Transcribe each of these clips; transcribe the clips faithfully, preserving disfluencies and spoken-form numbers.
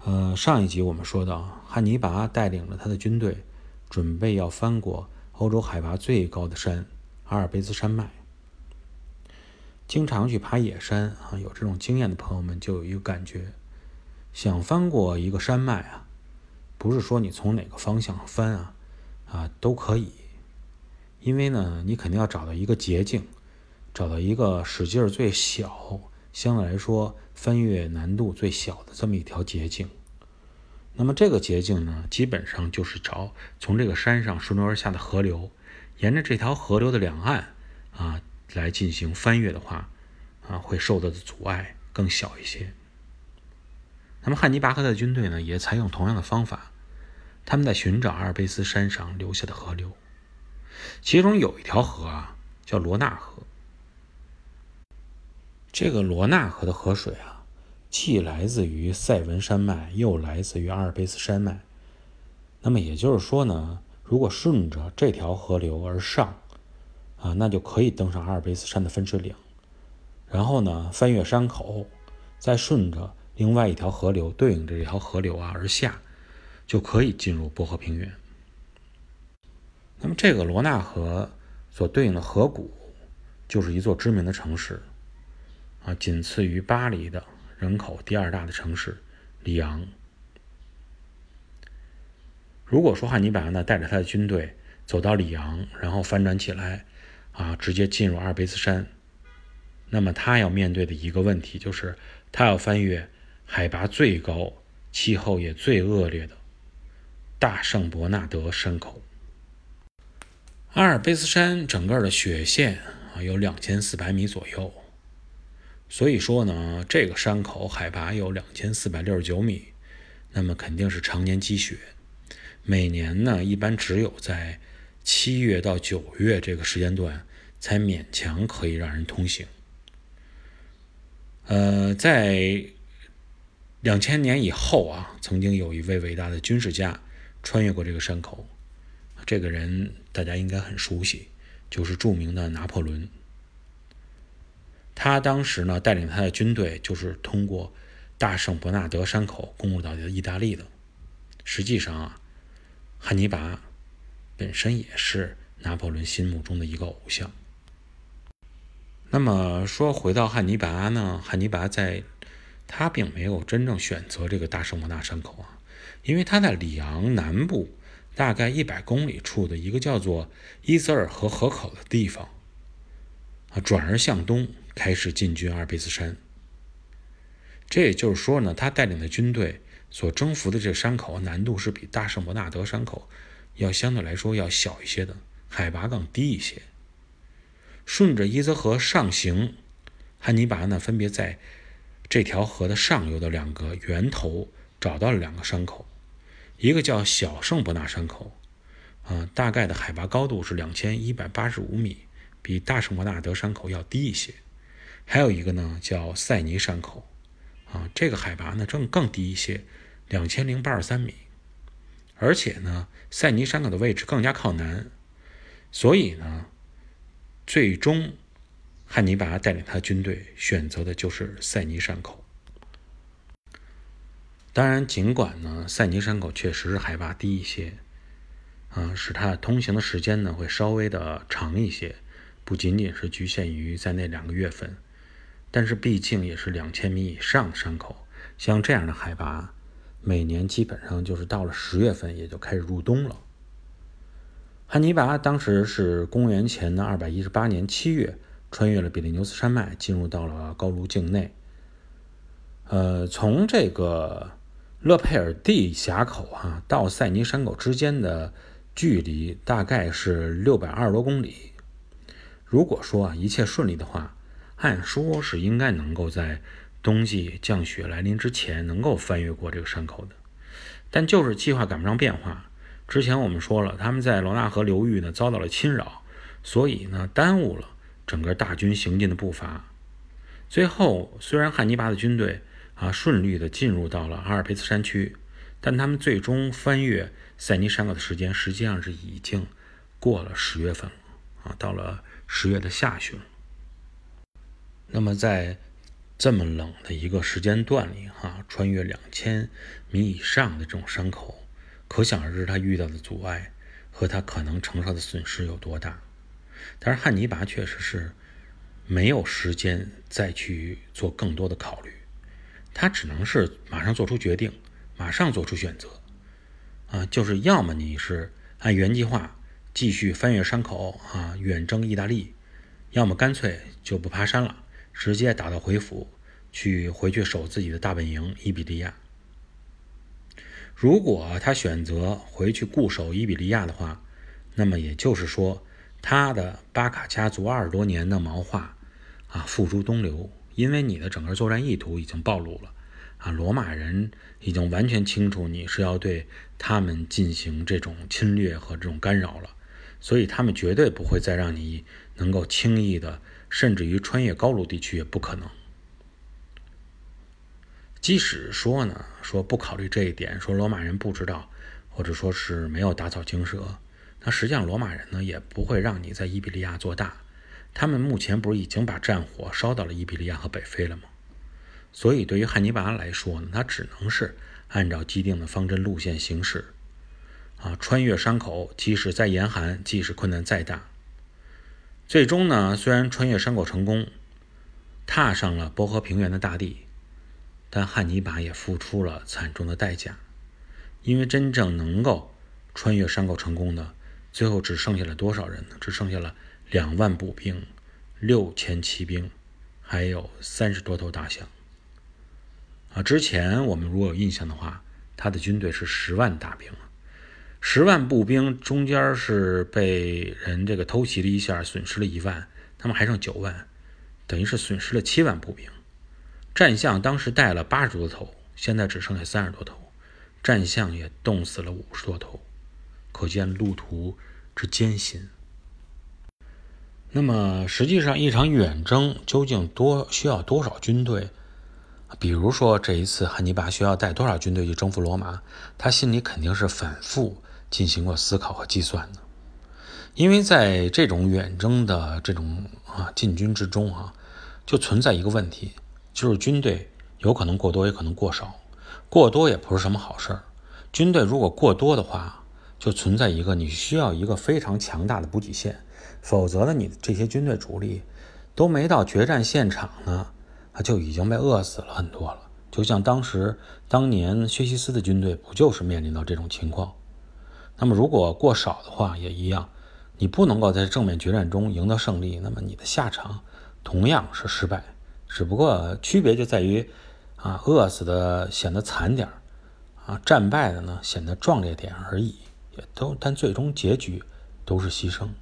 呃，上一集我们说到，汉尼拔带领了他的军队，准备要翻过欧洲海拔最高的山阿尔卑斯山脉。经常去爬野山啊，有这种经验的朋友们就有一个感觉，想翻过一个山脉啊，不是说你从哪个方向翻啊啊都可以，因为呢，你肯定要找到一个捷径，找到一个使劲最小，相对来说翻越难度最小的这么一条捷径。那么这个捷径呢，基本上就是找从这个山上顺流而下的河流，沿着这条河流的两岸啊来进行翻越的话，啊会受到的阻碍更小一些。那么汉尼拔和他的军队呢，也采用同样的方法，他们在寻找阿尔卑斯山上留下的河流，其中有一条河啊叫罗纳河。这个罗纳河的河水啊，既来自于塞文山脉，又来自于阿尔卑斯山脉。那么也就是说呢，如果顺着这条河流而上啊，那就可以登上阿尔卑斯山的分水岭，然后呢翻越山口，再顺着另外一条河流对应着这条河流啊而下，就可以进入波河平原。那么这个罗纳河所对应的河谷就是一座知名的城市啊，仅次于巴黎的人口第二大的城市里昂。如果说汉尼拔呢带着他的军队走到里昂，然后翻转起来啊，直接进入阿尔卑斯山，那么他要面对的一个问题就是他要翻越海拔最高、气候也最恶劣的大圣伯纳德山口。阿尔卑斯山整个的雪线啊有两千四百米左右，所以说呢，这个山口海拔有两千四百六十九米，那么肯定是常年积雪。每年呢，一般只有在七月到九月这个时间段才勉强可以让人通行。呃，在两千年以后啊，曾经有一位伟大的军事家穿越过这个山口，这个人大家应该很熟悉，就是著名的拿破仑。他当时呢带领他的军队就是通过大圣伯纳德山口攻入到意大利的。实际上啊，汉尼拔本身也是拿破仑心目中的一个偶像。那么说回到汉尼拔呢，汉尼拔在他并没有真正选择这个大圣伯纳山口啊，因为他在里昂南部大概一百公里处的一个叫做伊泽尔河河口的地方啊，转而向东开始进军阿尔卑斯山。这也就是说呢，他带领的军队所征服的这个山口难度是比大圣伯纳德山口要相对来说要小一些的，海拔更低一些。顺着伊泽河上行，汉尼拔呢分别在这条河的上游的两个源头找到了两个山口，一个叫小圣伯纳山口啊，大概的海拔高度是两千一百八十五米，比大圣伯纳德山口要低一些。还有一个呢叫塞尼山口啊，这个海拔呢正更低一些，两千零八十三米。而且呢，塞尼山口的位置更加靠南，所以呢，最终汉尼拔带领他军队选择的就是塞尼山口。当然，尽管呢，塞尼山口确实是海拔低一些，啊，使它通行的时间呢会稍微的长一些，不仅仅是局限于在那两个月份，但是毕竟也是两千米以上的山口，像这样的海拔，每年基本上就是到了十月份也就开始入冬了。汉尼拔当时是公元前的二百一十八年七月，穿越了比利牛斯山脉，进入到了高卢境内。呃，从这个勒佩尔蒂峡口啊到塞尼山口之间的距离大概是六百二十多公里。如果说啊一切顺利的话，按说是应该能够在冬季降雪来临之前能够翻越过这个山口的。但就是计划赶不上变化，之前我们说了，他们在罗纳河流域呢遭到了侵扰，所以呢耽误了整个大军行进的步伐。最后虽然汉尼拔的军队啊顺利的进入到了阿尔卑斯山区，但他们最终翻越塞尼山口的时间实际上是已经过了十月份了啊，到了十月的下旬。那么在这么冷的一个时间段里哈、啊， 穿越两千米以上的这种伤口，可想而知他遇到的阻碍和他可能承受的损失有多大。但是汉尼拔确实是没有时间再去做更多的考虑，他只能是马上做出决定，马上做出选择啊，就是要么你是按原计划继续翻越山口啊，远征意大利，要么干脆就不爬山了，直接打道回府，去回去守自己的大本营伊比利亚。如果他选择回去固守伊比利亚的话，那么也就是说他的巴卡家族二十多年的毛发啊付诸东流，因为你的整个作战意图已经暴露了啊，罗马人已经完全清楚你是要对他们进行这种侵略和这种干扰了，所以他们绝对不会再让你能够轻易的，甚至于穿越高卢地区也不可能。即使说呢，说不考虑这一点，说罗马人不知道，或者说是没有打草惊蛇，那实际上罗马人呢也不会让你在伊比利亚做大，他们目前不是已经把战火烧到了伊比利亚和北非了吗？所以对于汉尼拔来说呢，他只能是按照既定的方针路线行驶啊，穿越山口，即使再严寒，即使困难再大。最终呢，虽然穿越山口成功，踏上了波河平原的大地，但汉尼拔也付出了惨重的代价，因为真正能够穿越山口成功的，最后只剩下了多少人呢？只剩下了两万步兵、六千骑兵，还有三十多头大象。啊，之前我们如果有印象的话，他的军队是十万大兵，十万步兵中间是被人这个偷袭了一下，损失了一万，他们还剩九万，等于是损失了七万步兵。战象当时带了八十多头，现在只剩下三十多头，战象也冻死了五十多头，可见路途之艰辛。那么实际上一场远征究竟多需要多少军队？比如说这一次汉尼拔需要带多少军队去征服罗马，他心里肯定是反复进行过思考和计算的。因为在这种远征的这种啊进军之中啊，就存在一个问题，就是军队有可能过多，也可能过少。过多也不是什么好事儿。军队如果过多的话，就存在一个你需要一个非常强大的补给线，否则呢，你这些军队主力都没到决战现场呢，就已经被饿死了很多了。就像当时当年薛西斯的军队不就是面临到这种情况？那么如果过少的话也一样，你不能够在正面决战中赢得胜利，那么你的下场同样是失败，只不过区别就在于啊，饿死的显得惨点啊，战败的呢显得壮烈点而已，也都但最终结局都是牺牲。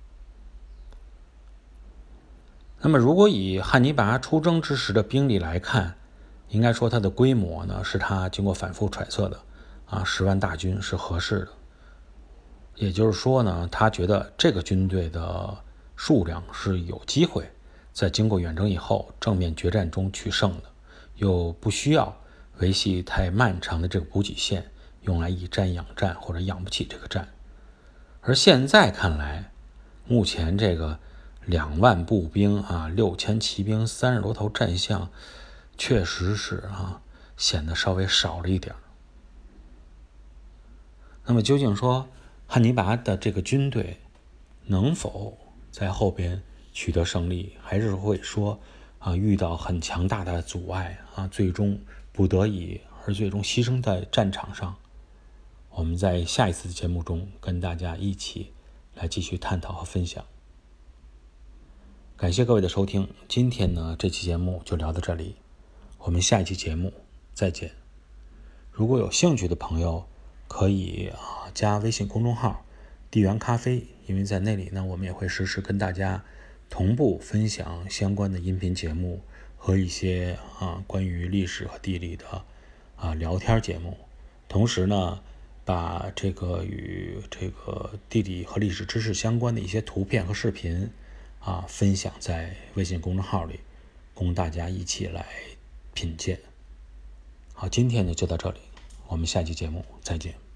那么如果以汉尼拔出征之时的兵力来看，应该说他的规模呢是他经过反复揣测的啊，十万大军是合适的。也就是说呢，他觉得这个军队的数量是有机会在经过远征以后正面决战中取胜的，又不需要维系太漫长的这个补给线用来以战养战，或者养不起这个战。而现在看来，目前这个两万步兵啊，六千骑兵，三十多头战象，确实是啊，显得稍微少了一点。那么究竟说汉尼拔的这个军队能否在后边取得胜利，还是会说啊遇到很强大的阻碍啊，最终不得已而最终牺牲在战场上？我们在下一次的节目中跟大家一起来继续探讨和分享。感谢各位的收听，今天呢这期节目就聊到这里，我们下一期节目再见。如果有兴趣的朋友可以啊加微信公众号地缘咖啡，因为在那里呢我们也会实时跟大家同步分享相关的音频节目和一些啊关于历史和地理的啊聊天节目，同时呢把这个与这个地理和历史知识相关的一些图片和视频啊分享在微信公众号里，供大家一起来品鉴。好，今天呢就到这里，我们下期节目再见。